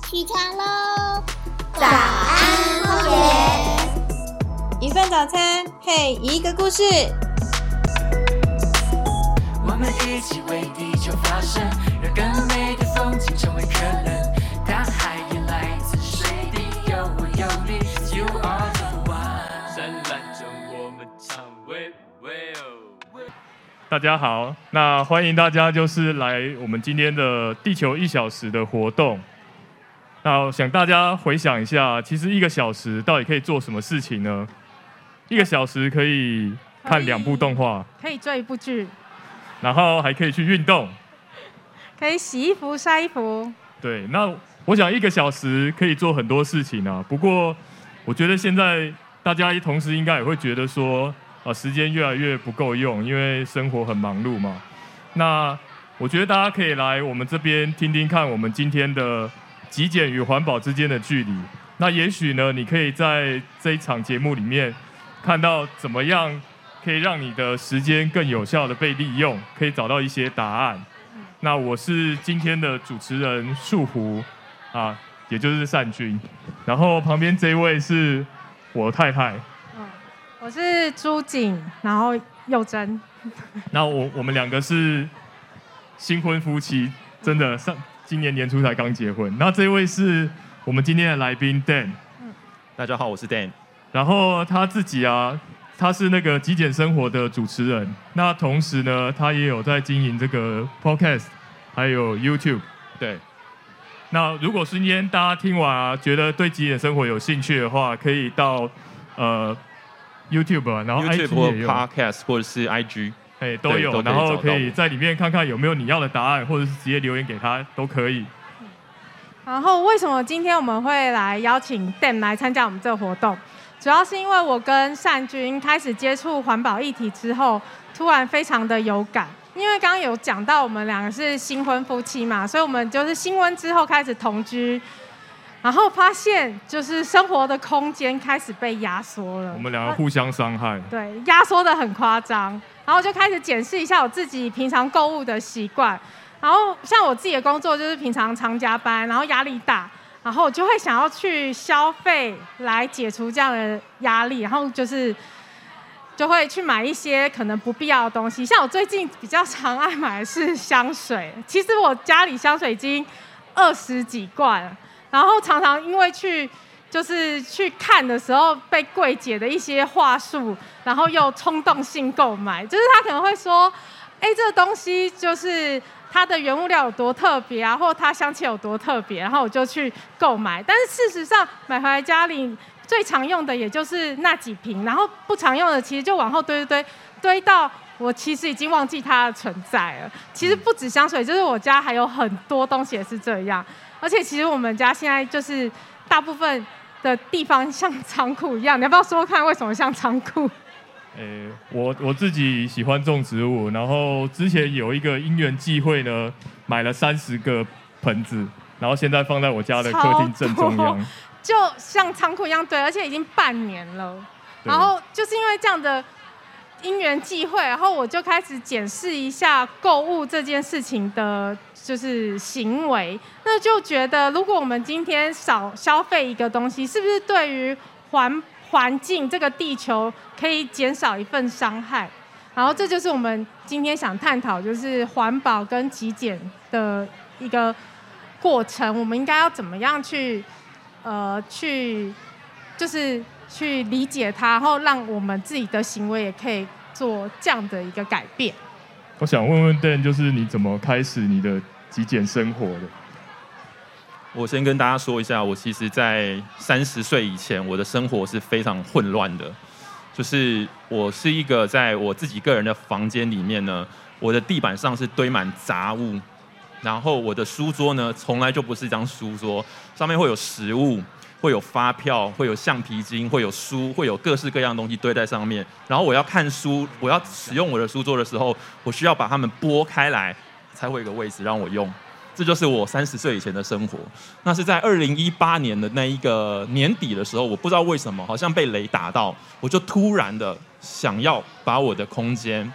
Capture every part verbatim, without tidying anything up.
起床喽！ 早安，荒野。 一份早餐配一个故事。 我们一起为地球发声，让更美的风景成为可能。大海也来自水滴，有我有你 ，You are the one。灿烂中我们唱喂喂哦。 大家好，那欢迎大家就是来我们今天的地球一小时的活动。那我想大家回想一下，其实一个小时到底可以做什么事情呢？一个小时可以看两部动画， 可以追一部剧， 然后还可以去运动， 可以洗衣服、晒衣服。 对，那我想一个小时可以做很多事情啊。不过我觉得现在大家同时应该也会觉得说，啊，时间越来越不够用，因为生活很忙碌嘛。那我觉得大家可以来我们这边听听看我们今天的极简与环保之间的距离。那也许呢，你可以在这一场节目里面看到怎么样可以让你的时间更有效的被利用，可以找到一些答案。那我是今天的主持人树胡啊，也就是善君，然后旁边这一位是我太太。 嗯，我是朱瑾，然后佑珍。 那我我们两个是新婚夫妻，真的上今年年初才刚结婚。那这位是我们今天的来宾 Dan。 嗯，大家好，我是 Dan。 然后他自己啊，他是那个极简生活的主持人。那同时呢，他也有在经营这个 Podcast， 还有 YouTube。 对。 那如果今天大家听完啊，觉得对极简生活有兴趣的话，可以到呃 YouTube， 然后 I G 也有 Podcast 或者是 I G， 哎都有，都然后可以在里面看看有没有你要的答案，或者是直接留言给他都可以。 然后为什么今天我们会来邀请 Dan 来参加我们这个活动？主要是因为我跟善君开始接触环保议题之后，突然非常的有感。因为刚刚有讲到我们两个是新婚夫妻嘛，所以我们就是新婚之后开始同居，然后发现就是生活的空间开始被压缩了。 我们两个互相伤害。 对，压缩的很夸张。然后就开始检视一下我自己平常购物的习惯。然后像我自己的工作就是平常常加班，然后压力大，然后我就会想要去消费来解除这样的压力，然后就是就会去买一些可能不必要的东西。像我最近比较常爱买的是香水，其实我家里香水已经二十几罐了，然后常常因为去就是去看的时候被柜姐的一些话术，然后又冲动性购买，就是他可能会说，哎，这个东西就是它的原物料有多特别啊，或它香气有多特别，然后我就去购买。但是事实上买回来家里最常用的也就是那几瓶，然后不常用的其实就往后堆堆堆，堆到我其实已经忘记它的存在了。其实不止香水，就是我家还有很多东西也是这样。而且其实我们家现在就是大部分的地方像仓库一样，你要不要说说看为什么像仓库？ 欸、我我自己喜欢种植物，然后之前有一个因缘际会呢，买了三十个盆子，然后现在放在我家的客厅正中央， 就像仓库一样，对，而且已经半年了。然后就是因为这样的因缘际会，然后我就开始检视一下购物这件事情的，就是行为，那就觉得如果我们今天少消费一个东西，是不是对于环环境这个地球可以减少一份伤害？然后这就是我们今天想探讨，就是环保跟极简的一个过程，我们应该要怎么样去呃去就是去理解它，然后让我们自己的行为也可以做这样的一个改变。 我想问问 Dan， 就是你怎么开始你的极简生活的？ 我先跟大家说一下，我其实在三十岁以前，我的生活是非常混乱的。就是我是一个在我自己个人的房间里面呢，我的地板上是堆满杂物，然后我的书桌呢，从来就不是一张书桌，上面会有食物，会有发票，会有橡皮筋，会有书，会有各式各样的东西堆在上面。然后我要看书，我要使用我的书桌的时候，我需要把它们拨开来，才会有个位置让我用。这就是我三十岁以前的生活。那是在二零一八年的那一个年底的时候，我不知道为什么，好像被雷打到，我就突然的想要把我的空间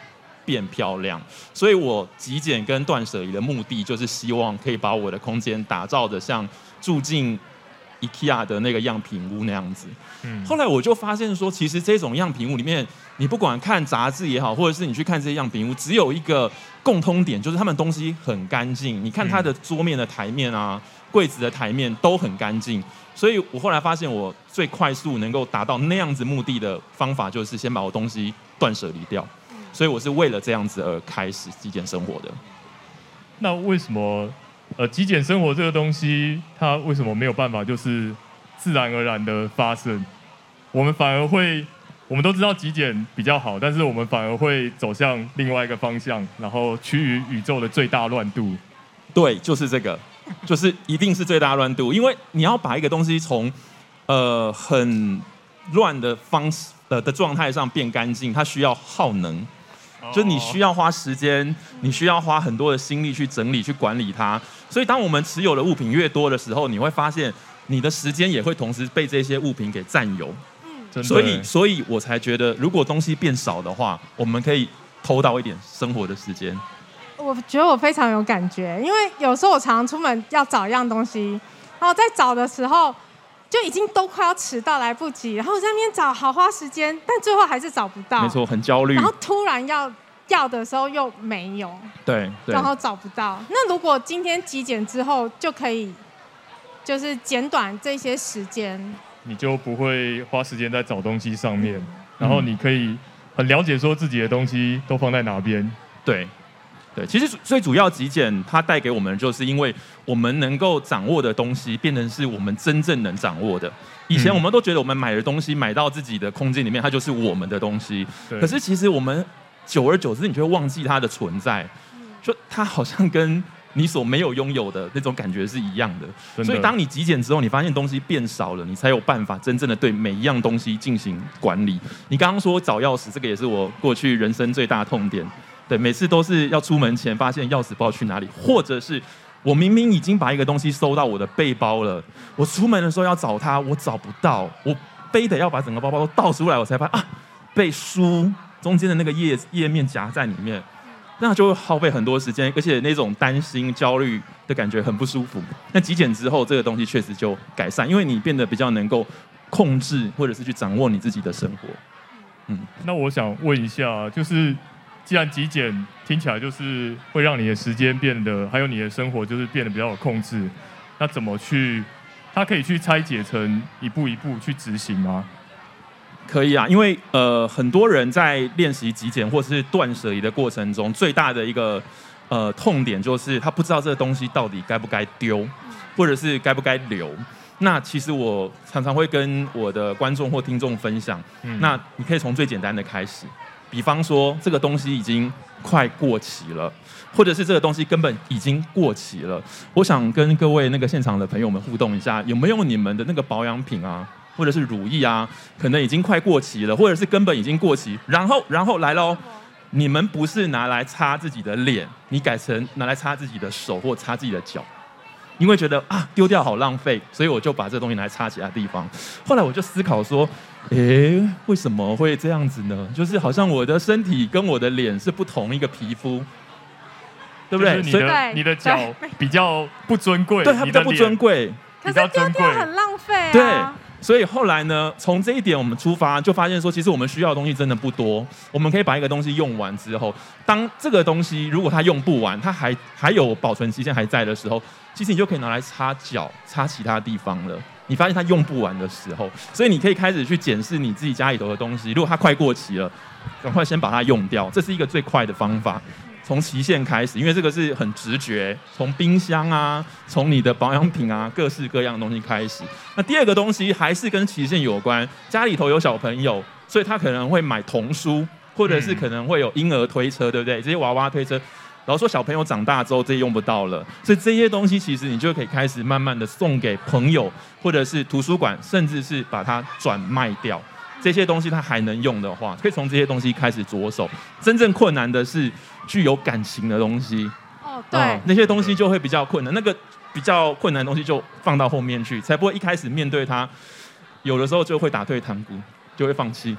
变漂亮。所以我极简跟断舍离的目的，就是希望可以把我的空间打造的像住进 IKEA 的那个样品屋那样子。嗯，后来我就发现说，其实这种样品屋里面，你不管看杂志也好，或者是你去看这些样品屋，只有一个共通点，就是他们东西很干净。你看它的桌面的台面啊，柜子的台面都很干净。所以我后来发现，我最快速能够达到那样子目的的方法，就是先把我东西断舍离掉。所以我是为了这样子而开始极简生活的。 那为什么呃极简生活这个东西，它为什么没有办法就是自然而然的发生？我们反而会，我们都知道极简比较好，但是我们反而会走向另外一个方向，然后趋于宇宙的最大乱度。 对，就是这个。就是一定是最大乱度，因为你要把一个东西从呃很乱的方式呃的状态上变干净，它需要耗能，就是你需要花时间，你需要花很多的心力去整理、去管理它。所以，当我们持有的物品越多的时候，你会发现你的时间也会同时被这些物品给占有。 嗯， 所以，所以我才觉得，如果东西变少的话，我们可以偷到一点生活的时间。 我觉得我非常有感觉，因为有时候我常常出门要找一样东西，然后在找的时候就已经都快要迟到，来不及，然后我在那边找好花时间，但最后还是找不到。 没错，很焦虑。 然后突然要要的时候又没有， 对，对， 然后找不到。那如果今天极简之后就可以，就是减短这些时间， 你就不会花时间在找东西上面，然后你可以很了解说自己的东西都放在哪边。 对。对，其实最主要极简它带给我们的，就是因为我们能够掌握的东西，变成是我们真正能掌握的。以前我们都觉得我们买的东西买到自己的空间里面，它就是我们的东西。可是其实我们久而久之，你就会忘记它的存在，就它好像跟你所没有拥有的那种感觉是一样的。所以当你极简之后，你发现东西变少了，你才有办法真正的对每一样东西进行管理。你刚刚说找钥匙，这个也是我过去人生最大的痛点。对，每次都是要出门前发现钥匙不知道去哪里，或者是我明明已经把一个东西收到我的背包了，我出门的时候要找它，我找不到，我背的要把整个包包都倒出来，我才发现啊，被书中间的那个页页面夹在里面，那就会耗费很多时间，而且那种担心、焦虑的感觉很不舒服。那极简之后，这个东西确实就改善，因为你变得比较能够控制，或者是去掌握你自己的生活。 嗯，那我想问一下，就是。既然极简听起来就是会让你的时间变得，还有你的生活就是变得比较有控制，那怎么去？它可以去拆解成一步一步去执行吗？ 可以啊，因为呃很多人在练习极简或是断舍离的过程中，最大的一个呃痛点就是他不知道这个东西到底该不该丢，或者是该不该留。那其实我常常会跟我的观众或听众分享，嗯、那你可以从最简单的开始。比方说，这个东西已经快过期了，或者是这个东西根本已经过期了。我想跟各位那个现场的朋友们互动一下，有没有你们的那个保养品啊，或者是乳液啊，可能已经快过期了，或者是根本已经过期。然后，然后来咯，你们不是拿来擦自己的脸，你改成拿来擦自己的手或擦自己的脚。因为觉得啊丢掉好浪费，所以我就把这个东西拿来擦其他地方。后来我就思考说，诶，为什么会这样子呢？就是好像我的身体跟我的脸是不同一个皮肤，对不对？ 就是你的你的脚比较不尊贵， 对，它比较不尊贵， 可是丢掉很浪费啊。 对。所以后来呢，从这一点我们出发，就发现说，其实我们需要的东西真的不多。我们可以把一个东西用完之后，当这个东西如果它用不完，它还还有保存期限还在的时候，其实你就可以拿来擦脚、擦其他地方了。你发现它用不完的时候，所以你可以开始去检视你自己家里头的东西。如果它快过期了，赶快先把它用掉，这是一个最快的方法。从期限开始，因为这个是很直觉，从冰箱啊，从你的保养品啊，各式各样的东西开始。那第二个东西还是跟期限有关，家里头有小朋友，所以他可能会买童书，或者是可能会有婴儿推车，对不对？这些娃娃推车，然后说小朋友长大之后这些用不到了，所以这些东西其实你就可以开始慢慢的送给朋友，或者是图书馆，甚至是把它转卖掉。这些东西它还能用的话，可以从这些东西开始着手。真正困难的是具有感情的东西。 哦，对、 哦，那些东西就会比较困难。那个比较困难的东西就放到后面去，才不会一开始面对它，有的时候就会打退堂鼓，就会放弃。 那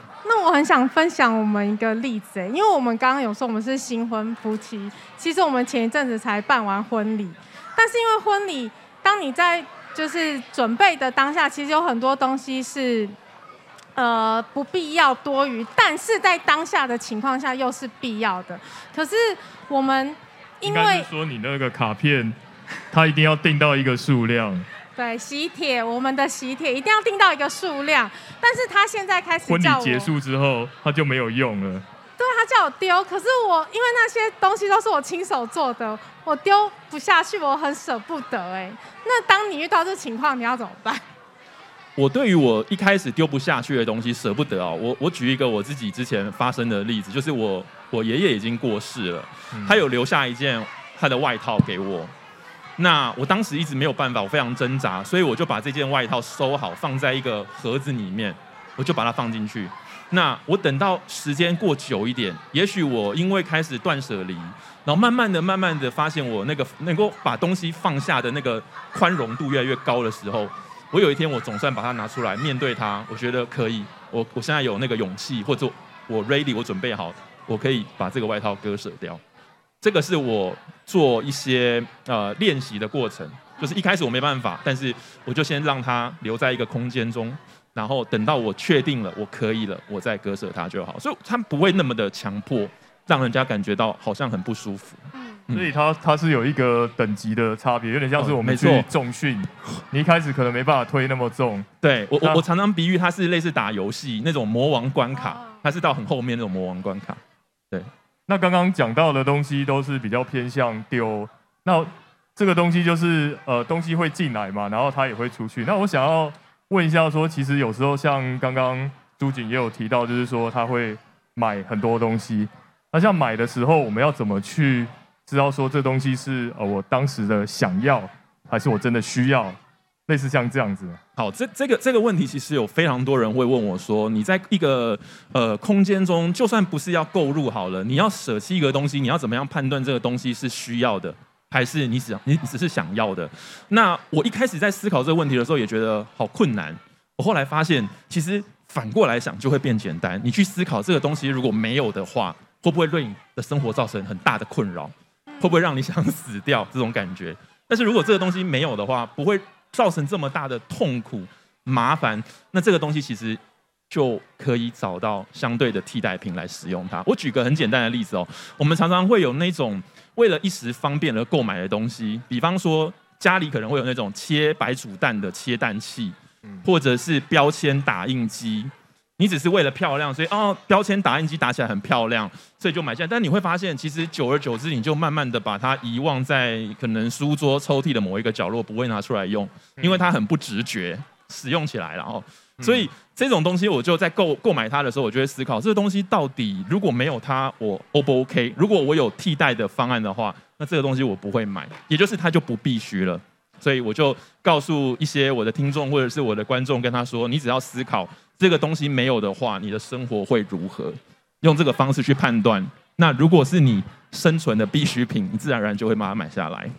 我很想分享我们一个例子，因为我们刚刚有说我们是新婚夫妻，其实我们前一阵子才办完婚礼，但是因为婚礼，当你在就是准备的当下，其实有很多东西是呃不必要多余，但是在当下的情况下又是必要的。可是我们因为应该是说你那个卡片，它一定要订到一个数量。 对，喜帖，我们的喜帖一定要订到一个数量，但是他现在开始叫我婚礼结束之后，他就没有用了。 对，他叫我丢，可是我因为那些东西都是我亲手做的，我丢不下去，我很舍不得哎。那当你遇到这情况，你要怎么办？ 我对于我一开始丢不下去的东西舍不得哦。我我举一个我自己之前发生的例子，就是我我爷爷已经过世了，嗯、他有留下一件他的外套给我。那我当时一直没有办法，我非常挣扎，所以我就把这件外套收好，放在一个盒子里面，我就把它放进去。那我等到时间过久一点，也许我因为开始断舍离，然后慢慢的、慢慢的发现我那个能够把东西放下的那个宽容度越来越高的时候，我有一天我总算把它拿出来面对它，我觉得可以，我我现在有那个勇气，或者我 ready， 我准备好，我可以把这个外套割舍掉。这个是我做一些呃练习的过程，就是一开始我没办法，但是我就先让它留在一个空间中，然后等到我确定了我可以了，我再割舍它就好。所以它不会那么的强迫，让人家感觉到好像很不舒服。 嗯、所以它它是有一个等级的差别，有点像是我们去重训，你一开始可能没办法推那么重。 对我我我常常比喻它是类似打游戏那种魔王关卡，它是到很后面那种魔王关卡。对。 那刚刚讲到的东西都是比较偏向丢，那这个东西就是呃东西会进来嘛，然后它也会出去。那我想要问一下说，其实有时候像刚刚朱瑾也有提到，就是说他会买很多东西。那像买的时候，我们要怎么去知道说这东西是呃我当时的想要，还是我真的需要？类似像这样子。 好，这这个这个问题其实有非常多人会问我说，你在一个呃空间中，就算不是要购入好了，你要舍弃一个东西，你要怎么样判断这个东西是需要的，还是你只你只是想要的？那我一开始在思考这个问题的时候，也觉得好困难。我后来发现，其实反过来想就会变简单。你去思考这个东西如果没有的话，会不会对你的生活造成很大的困扰？会不会让你想死掉这种感觉？但是如果这个东西没有的话，不会造成这么大的痛苦麻烦，那这个东西其实就可以找到相对的替代品来使用它。我举个很简单的例子哦，我们常常会有那种为了一时方便而购买的东西，比方说家里可能会有那种切白煮蛋的切蛋器，或者是标签打印机。你只是为了漂亮，所以哦，标签打印机打起来很漂亮，所以就买下来。但你会发现，其实久而久之，你就慢慢的把它遗忘在可能书桌抽屉的某一个角落，不会拿出来用，因为它很不直觉使用起来了哦。所以这种东西，我就在购购买它的时候，我就会思考，这个东西到底如果没有它，我 O 不 OK？ 如果我有替代的方案的话，那这个东西我不会买，也就是它就不必须了。所以我就告诉一些我的听众或者是我的观众，跟他说：你只要思考这个东西没有的话，你的生活会如何？用这个方式去判断。那如果是你生存的必需品，你自然而然就会把它买下来。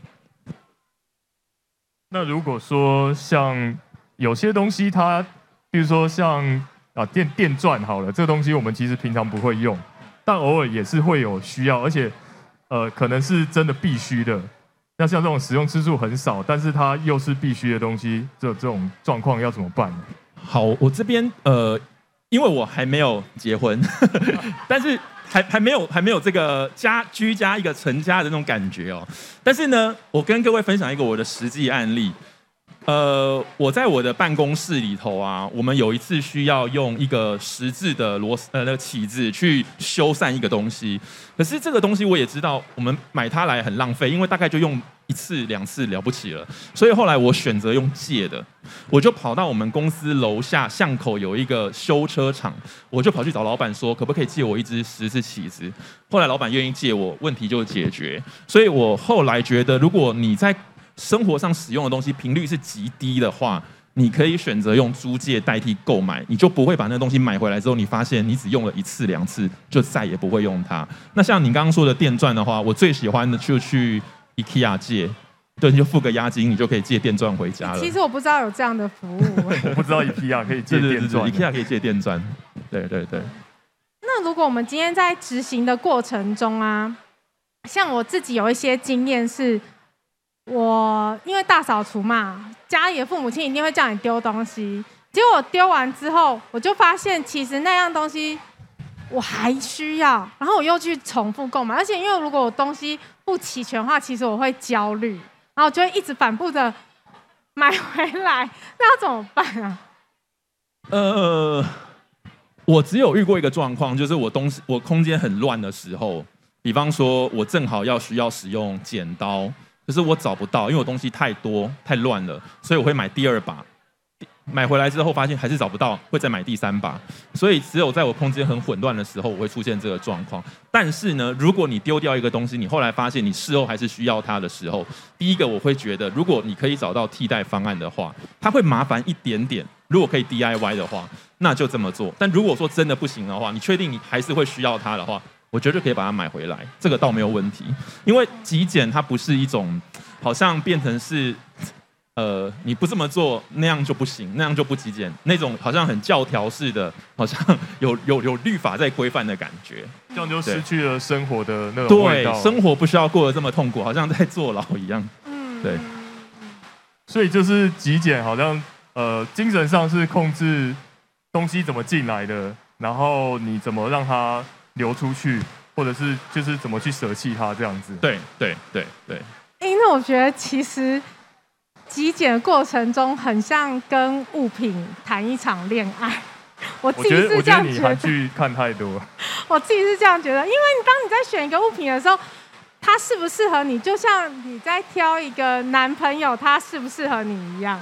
那如果说像有些东西它，比如说像啊电电钻好了，这个东西我们其实平常不会用，但偶尔也是会有需要，而且呃可能是真的必须的。那像这种使用次数很少，但是它又是必须的东西，这这种状况要怎么办呢？ 好，我这边呃，因为我还没有结婚，但是还还没有还没有这个家居家一个成家的那种感觉哦。但是呢，我跟各位分享一个我的实际案例。呃，我在我的办公室里头啊，我们有一次需要用一个十字的螺丝呃那个起子去修缮一个东西，可是这个东西我也知道，我们买它来很浪费，因为大概就用一次两次了不起了，所以后来我选择用借的，我就跑到我们公司楼下巷口有一个修车厂，我就跑去找老板说，可不可以借我一支十字起子？后来老板愿意借我，问题就解决。所以我后来觉得，如果你在生活上使用的东西频率是极低的话，你可以选择用租借代替购买，你就不会把那个东西买回来之后，你发现你只用了一次两次，就再也不会用它。那像你刚刚说的电钻的话，我最喜欢的就去 IKEA 借，对，你就付个押金，你就可以借电钻回家了。 其实我不知道有这样的服务， 我不知道 IKEA 可以借电钻 ，IKEA 可以借电钻，对对对。 那如果我们今天在执行的过程中啊，像我自己有一些经验是，我因为大扫除嘛，家里的父母亲一定会叫你丢东西，结果我丢完之后，我就发现其实那样东西我还需要，然后我又去重复购买，而且因为如果我东西不齐全的话，其实我会焦虑，然后我就会一直反复的买回来，那要怎么办啊？ 呃，我只有遇过一个状况，就是我东西我空间很乱的时候，比方说我正好要需要使用剪刀，可是我找不到，因为我东西太多太乱了，所以我会买第二把。买回来之后发现还是找不到，会再买第三把。所以只有在我空间很混乱的时候，我会出现这个状况。但是呢，如果你丢掉一个东西，你后来发现你事后还是需要它的时候，第一个我会觉得，如果你可以找到替代方案的话，它会麻烦一点点。如果可以 D I Y 的话，那就这么做。但如果说真的不行的话，你确定你还是会需要它的话，我绝对可以把它买回来，这个倒没有问题。因为极简它不是一种，好像变成是。呃，你不这么做，那样就不行，那样就不极简，那种好像很教条式的，好像有有有律法在规范的感觉， 这样就失去了生活的那种味道。 对，生活不需要过得这么痛苦，好像在坐牢一样。嗯，对。 所以就是极简，好像呃，精神上是控制东西怎么进来的，然后你怎么让它流出去，或者是就是怎么去舍弃它这样子。 对对对对。 哎、欸，那我觉得其实。极简的过程中，很像跟物品谈一场恋爱。我自己是这样觉得。我觉得你韩剧看太多。 我自己是这样觉得，因为你当你在选一个物品的时候，它适不适合你，就像你在挑一个男朋友，他适不适合你一样。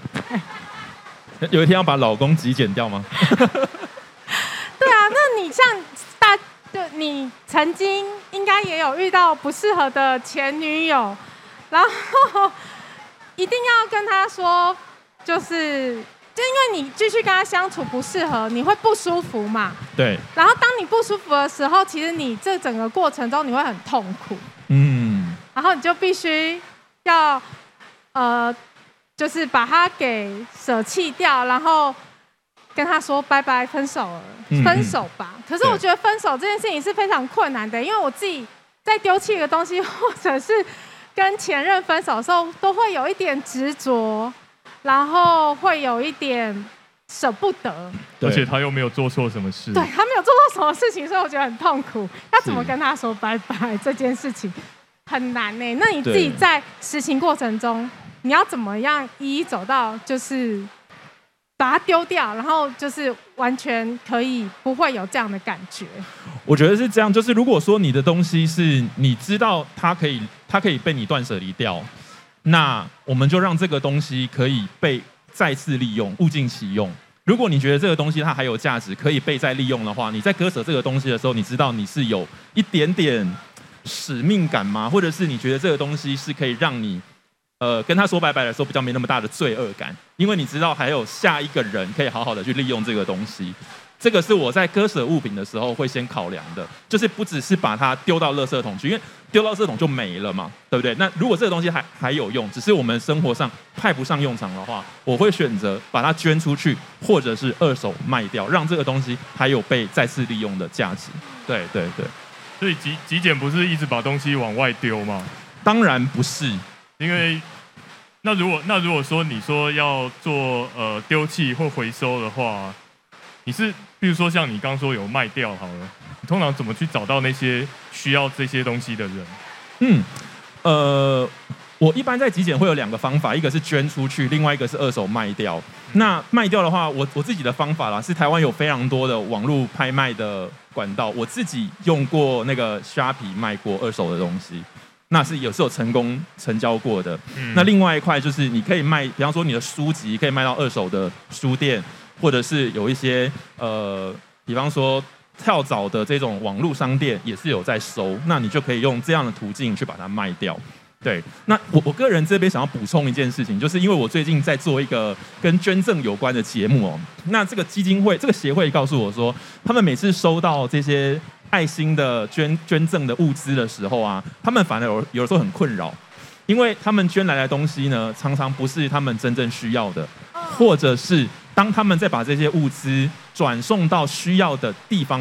有一天要把老公极简掉吗？ 对啊，那你像大，就你曾经应该也有遇到不适合的前女友，然后。一定要跟他说，就是就因为你继续跟他相处不适合，你会不舒服嘛？ 对。 然后当你不舒服的时候，其实你这整个过程中你会很痛苦。 嗯。然后你就必须要呃，就是把他给舍弃掉，然后跟他说拜拜，分手了，嗯、分手吧。可是我觉得分手这件事情是非常困难的，因为我自己在丢弃一个东西，或者是。跟前任分手的时候，都会有一点执着，然后会有一点舍不得， 而且他又没有做错什么事， 对他没有做错什么事情，所以我觉得很痛苦。要怎么跟他说拜拜这件事情很难呢？那你自己在实行过程中，你要怎么样一一走到，就是把它丢掉，然后就是完全可以不会有这样的感觉？ 我觉得是这样，就是如果说你的东西是你知道它可以，它可以被你断舍离掉，那我们就让这个东西可以被再次利用，物尽其用。如果你觉得这个东西它还有价值，可以被再利用的话，你在割舍这个东西的时候，你知道你是有一点点使命感吗？或者是你觉得这个东西是可以让你呃跟他说拜拜的时候比较没那么大的罪恶感，因为你知道还有下一个人可以好好的去利用这个东西。这个是我在割舍物品的时候会先考量的，就是不只是把它丢到垃圾桶去，因为丢到垃圾桶就没了嘛，对不对？那如果这个东西还还有用，只是我们生活上派不上用场的话，我会选择把它捐出去，或者是二手卖掉，让这个东西还有被再次利用的价值。对对对。 所以极极简不是一直把东西往外丢吗？ 当然不是， 因为那如果那如果说你说要做呃丢弃或回收的话，你是比如说像你刚说有卖掉好了，你通常怎么去找到那些需要这些东西的人？ 嗯，呃，我一般在极简会有两个方法，一个是捐出去，另外一个是二手卖掉。那卖掉的话，我我自己的方法啦，是台湾有非常多的网络拍卖的管道，我自己用过那个虾皮卖过二手的东西，那是有是有成功成交过的。嗯、那另外一块就是你可以卖，比方说你的书籍可以卖到二手的书店。或者是有一些呃，比方说跳蚤的这种网络商店也是有在收，那你就可以用这样的途径去把它卖掉。对，那我我个人这边想要补充一件事情，就是因为我最近在做一个跟捐赠有关的节目哦，那这个基金会这个协会告诉我说，他们每次收到这些爱心的捐捐赠的物资的时候啊，他们反而有有的时候很困扰，因为他们捐来的东西呢，常常不是他们真正需要的，或者是当他们再把这些物资转送到需要的地方去，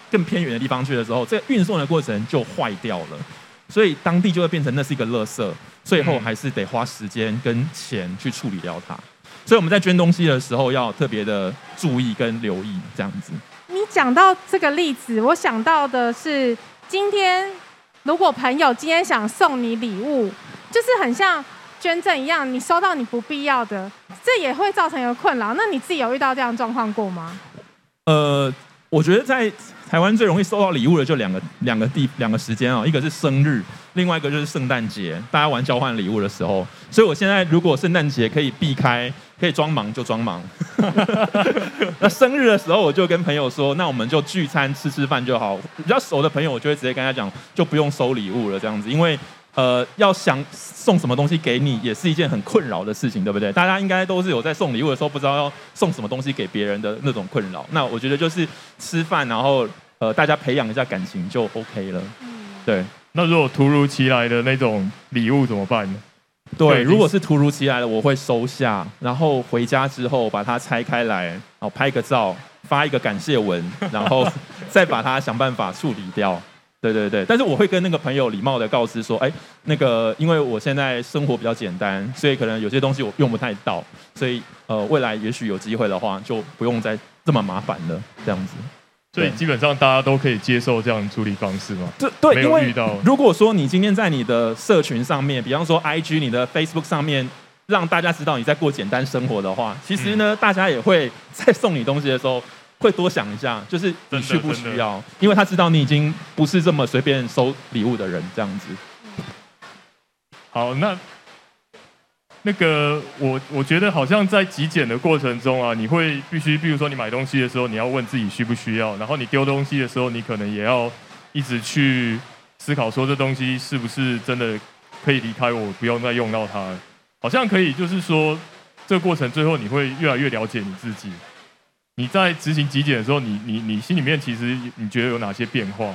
更偏远的地方去的时候，这个运送的过程就坏掉了，所以当地就会变成那是一个垃圾，最后还是得花时间跟钱去处理掉它。所以我们在捐东西的时候要特别的注意跟留意这样子。 你讲到这个例子，我想到的是，今天如果朋友今天想送你礼物，就是很像捐赠一样，你收到你不必要的，这也会造成一个困扰。那你自己有遇到这样的状况过吗？ 呃，我觉得在台湾最容易收到礼物的就两个两个地两个时间啊、哦，一个是生日，另外一个就是圣诞节，大家玩交换礼物的时候。所以我现在如果圣诞节可以避开，可以装忙就装忙。那生日的时候，我就跟朋友说，那我们就聚餐吃吃饭就好。比较熟的朋友，我就会直接跟他讲，就不用收礼物了这样子，因为呃，要想送什么东西给你，也是一件很困扰的事情，对不对？大家应该都是有在送礼物的时候，不知道要送什么东西给别人的那种困扰。那我觉得就是吃饭，然后呃，大家培养一下感情就 OK 了。对。 那如果突如其来的那种礼物怎么办呢？ 对，如果是突如其来的，我会收下，然后回家之后把它拆开来，然后拍个照，发一个感谢文，然后再把它想办法处理掉。对对对，但是我会跟那个朋友礼貌的告知说，哎，那个因为我现在生活比较简单，所以可能有些东西我用不太到，所以呃未来也许有机会的话，就不用再这么麻烦了，这样子。 所以基本上大家都可以接受这样的处理方式吗？ 对对， 因为如果说你今天在你的社群上面，比方说 I G、你的 Facebook 上面，让大家知道你在过简单生活的话，其实呢，嗯、大家也会在送你东西的时候会多想一下，就是你需不需要，因为他知道你已经不是这么随便收礼物的人，这样子。 好，那。那个我我觉得好像在极简的过程中啊，你会必须，比如说你买东西的时候，你要问自己需不需要，然后你丢东西的时候，你可能也要一直去思考说这东西是不是真的可以离开我，不用再用到它。好像可以，就是说这个过程最后你会越来越了解你自己。你在执行极简的时候，你你你心里面其实你觉得有哪些变化？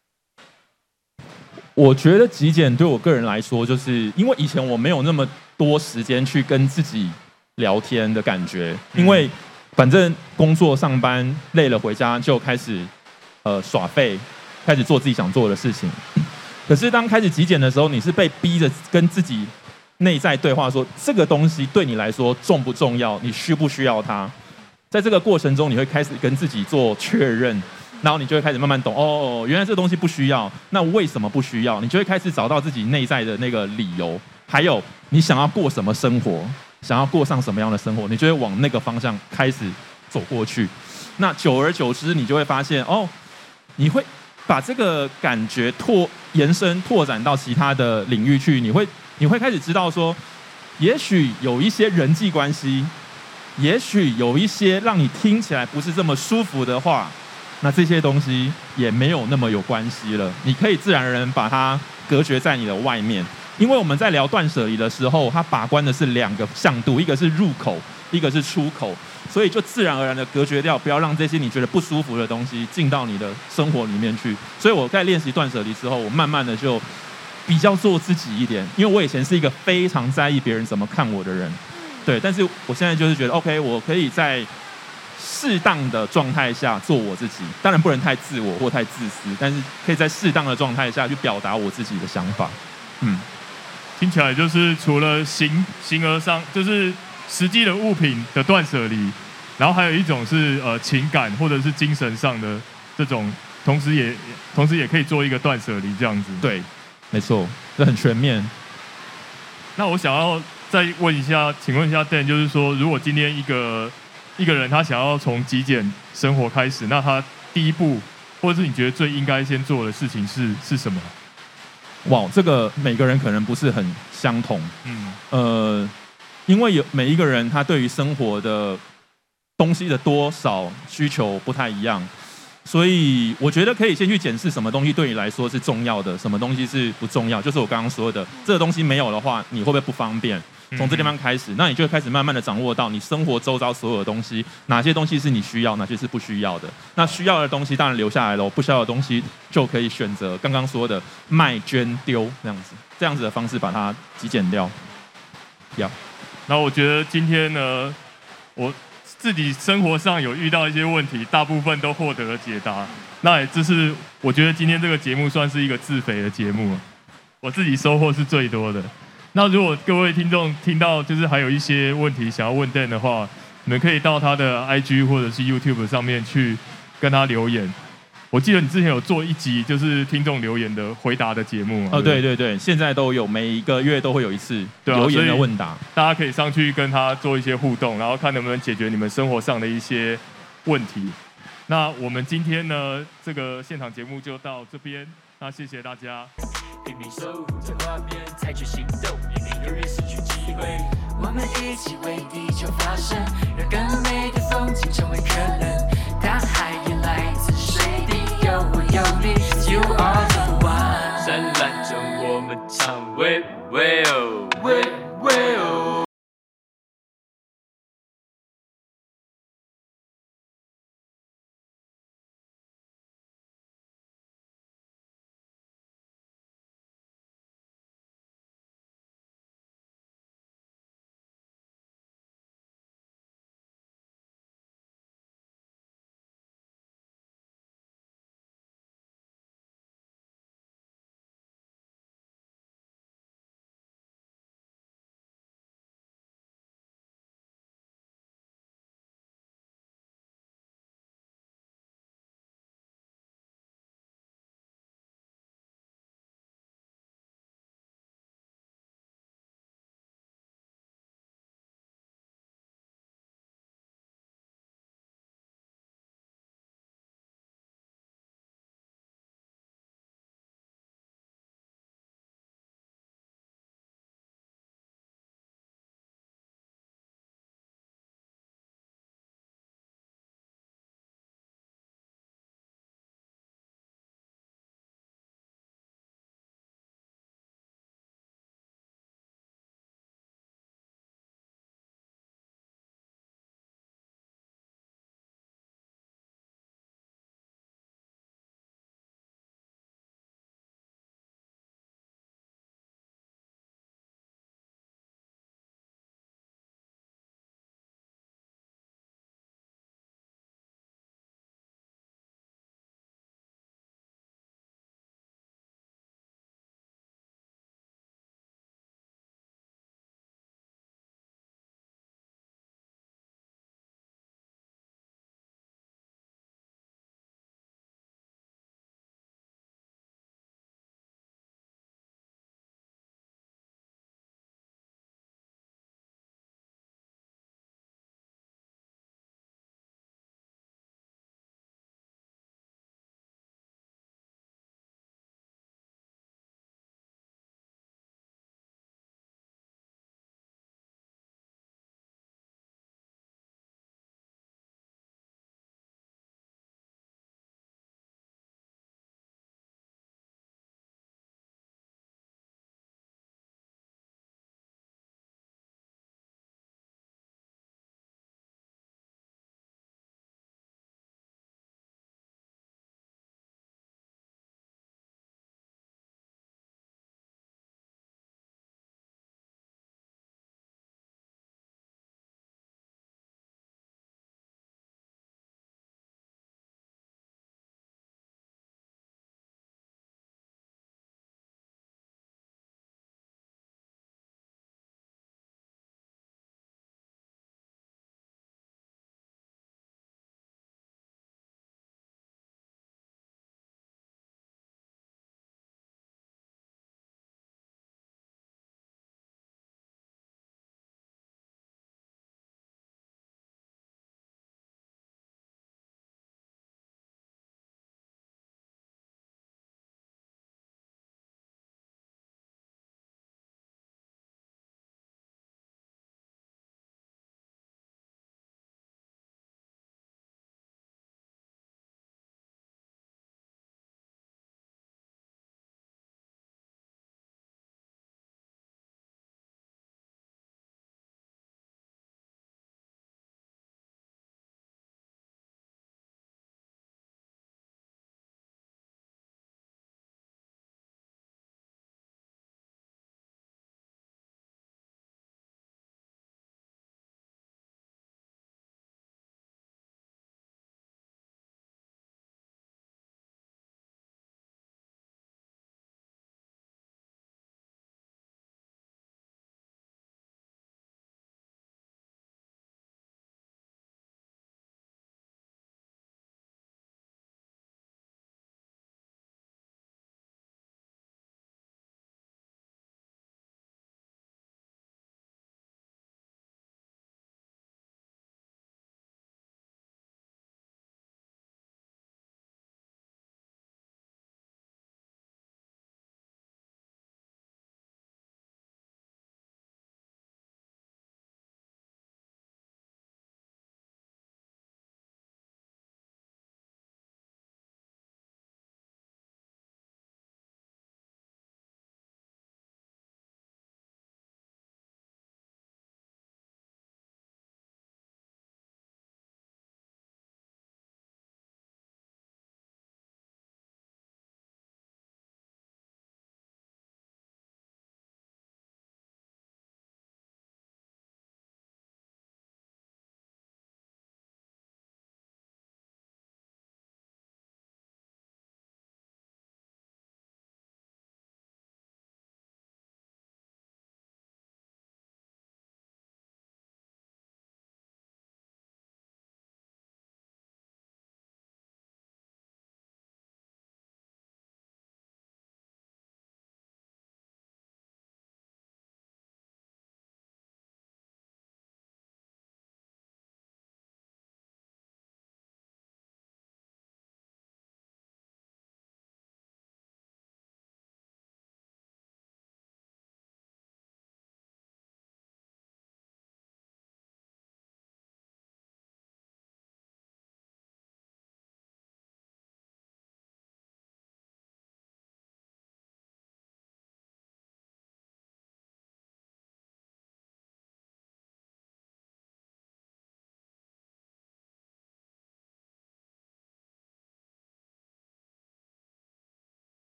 我觉得极简对我个人来说，就是因为以前我没有那么多时间去跟自己聊天的感觉，因为反正工作上班累了回家就开始呃耍废，开始做自己想做的事情。可是当开始极简的时候，你是被逼着跟自己内在对话说，这个东西对你来说重不重要，你需不需要它。在这个过程中，你会开始跟自己做确认，然后你就会开始慢慢懂，哦，原来这个东西不需要，那为什么不需要？你就会开始找到自己内在的那个理由，还有你想要过什么生活，想要过上什么样的生活，你就会往那个方向开始走过去。那久而久之，你就会发现，哦，你会把这个感觉拓延伸拓展到其他的领域去，你会你会开始知道说，也许有一些人际关系，也许有一些让你听起来不是这么舒服的话，那这些东西也没有那么有关系了，你可以自然而然把它隔绝在你的外面。因为我们在聊断舍离的时候，它把关的是两个向度，一个是入口，一个是出口，所以就自然而然的隔绝掉，不要让这些你觉得不舒服的东西进到你的生活里面去。所以我在练习断舍离之后，我慢慢的就比较做自己一点，因为我以前是一个非常在意别人怎么看我的人，对，但是我现在就是觉得 OK， 我可以在适当的状态下做我自己，当然不能太自我或太自私，但是可以在适当的状态下去表达我自己的想法。嗯， 听起来就是除了形形而上，就是实际的物品的断舍离，然后还有一种是呃情感或者是精神上的这种，同时也同时也可以做一个断舍离这样子。 对，没错，这很全面。 那我想要再问一下，请问一下 Dan， 就是说，如果今天一个一个人他想要从极简生活开始，那他第一步，或者是你觉得最应该先做的事情是是什么？ 哇，这个每个人可能不是很相同。 嗯， 呃，因为有每一个人他对于生活的东西的多少需求不太一样，所以我觉得可以先去检视什么东西对你来说是重要的，什么东西是不重要。就是我刚刚说的，这个东西没有的话，你会不会不方便？从这地方开始，那你就会开始慢慢的掌握到你生活周遭所有的东西，哪些东西是你需要，哪些是不需要的。那需要的东西当然留下来了，不需要的东西就可以选择刚刚说的卖、捐、丢这样子，这样子的方式把它极简掉。要。 然后我觉得今天呢，我自己生活上有遇到一些问题，大部分都获得了解答。 那这是我觉得今天这个节目算是一个自肥的节目，我自己收获是最多的。那如果各位听众听到就是还有一些问题想要问 Dan 的话，你们可以到他的 I G 或者是 YouTube 上面去跟他留言。我记得你之前有做一集就是听众留言的回答的节目嘛？ 哦，对对对，现在都有，每一个月都会有一次留言的问答， 啊、大家可以上去跟他做一些互动，然后看能不能解决你们生活上的一些问题。那我们今天呢，这个现场节目就到这边，那谢谢大家。 拼命守护着画面，采取行动，避免永远失去机会。我们一起为地球发声，让更美的风景成为可能。大海也来自水滴，有我有你 ，You are the one。灿烂中我们唱，喂喂哦喂。